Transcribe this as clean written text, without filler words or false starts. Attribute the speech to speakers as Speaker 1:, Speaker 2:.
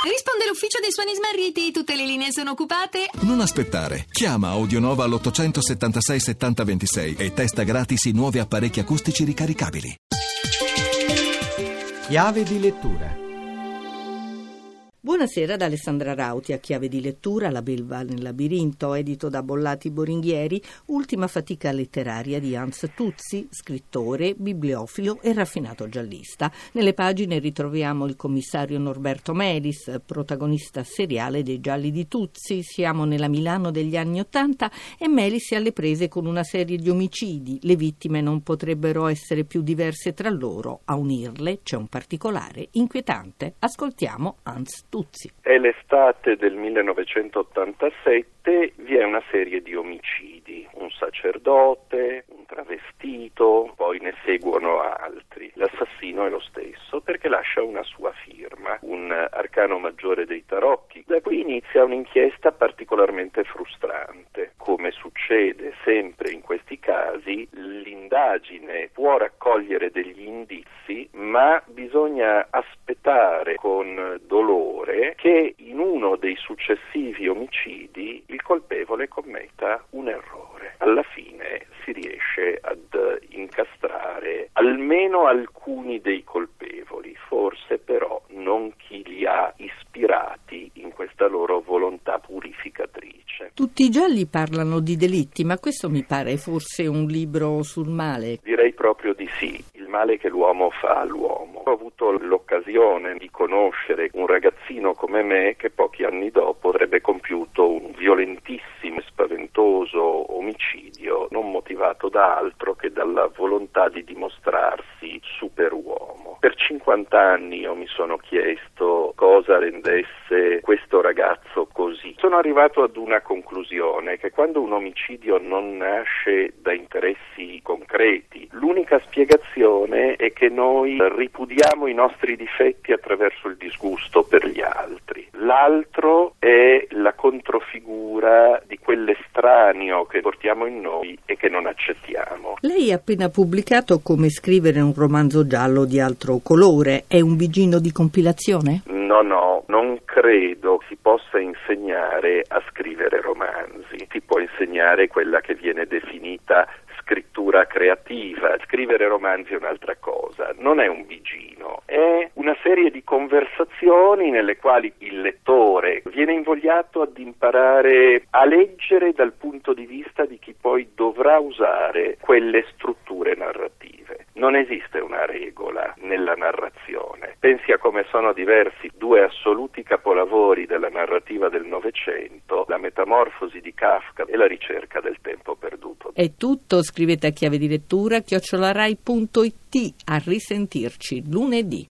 Speaker 1: Risponde l'ufficio dei suoni smarriti, tutte le linee sono occupate.
Speaker 2: Non aspettare, chiama Audionova all'876 70 26 e testa gratis i nuovi apparecchi acustici ricaricabili.
Speaker 3: Chiave di lettura.
Speaker 4: Buonasera da Alessandra Rauti a Chiave di lettura, La belva nel labirinto, edito da Bollati Boringhieri, ultima fatica letteraria di Hans Tuzzi, scrittore, bibliofilo e raffinato giallista. Nelle pagine ritroviamo il commissario Norberto Melis, protagonista seriale dei gialli di Tuzzi. Siamo nella Milano degli anni '80 e Melis è alle prese con una serie di omicidi. Le vittime non potrebbero essere più diverse tra loro. A unirle c'è un particolare inquietante. Ascoltiamo Hans Tuzzi.
Speaker 5: È l'estate del 1987, vi è una serie di omicidi, un sacerdote, un travestito, poi ne seguono altri. L'assassino è lo stesso perché lascia una sua firma, un arcano maggiore dei tarocchi. Da qui inizia un'inchiesta particolarmente frustrante. Come succede sempre in questi casi, l'indagine può raccogliere degli indizi, ma bisogna aspettare con dolore che in uno dei successivi omicidi il colpevole commetta un errore. Alla fine si riesce ad incastrare almeno alcuni dei colpevoli, forse però non chi li ha ispirati in questa loro volontà purificatrice.
Speaker 4: Tutti i gialli parlano di delitti, ma questo mi pare forse un libro sul male.
Speaker 5: Direi proprio di sì, il male che l'uomo fa all'uomo. Ho avuto l'occasione di conoscere un ragazzino come me che pochi anni dopo avrebbe compiuto un violentissimo e spaventoso omicidio non motivato da altro che dalla volontà di dimostrarsi superuomo. Per 50 anni io mi sono chiesto cosa rendesse questo ragazzo così. Sono arrivato ad una conclusione, che quando un omicidio non nasce da interessi concreti, l'unica spiegazione è che noi ripudiamo i nostri difetti attraverso il disgusto per gli altri. L'altro è la controfigura di quell'estraneo che portiamo in noi e che non accettiamo.
Speaker 4: Lei ha appena pubblicato Come scrivere un romanzo giallo di altro colore. È un bigino di compilazione?
Speaker 5: No, non credo si possa insegnare a scrivere romanzi. Si può insegnare quella che viene definita scrittura creativa. Scrivere romanzi è un'altra cosa, non è un bigino, è una serie di conversazioni nelle quali il lettore viene invogliato ad imparare a leggere dal punto di vista di chi poi dovrà usare quelle strutture narrative. Non esiste una regola nella narrazione. Pensi a come sono diversi due assoluti capolavori della narrativa del Novecento, La Metamorfosi di Kafka e La ricerca del tempo perduto.
Speaker 4: È tutto, scrivete a chiave di lettura @rai.it. A risentirci lunedì.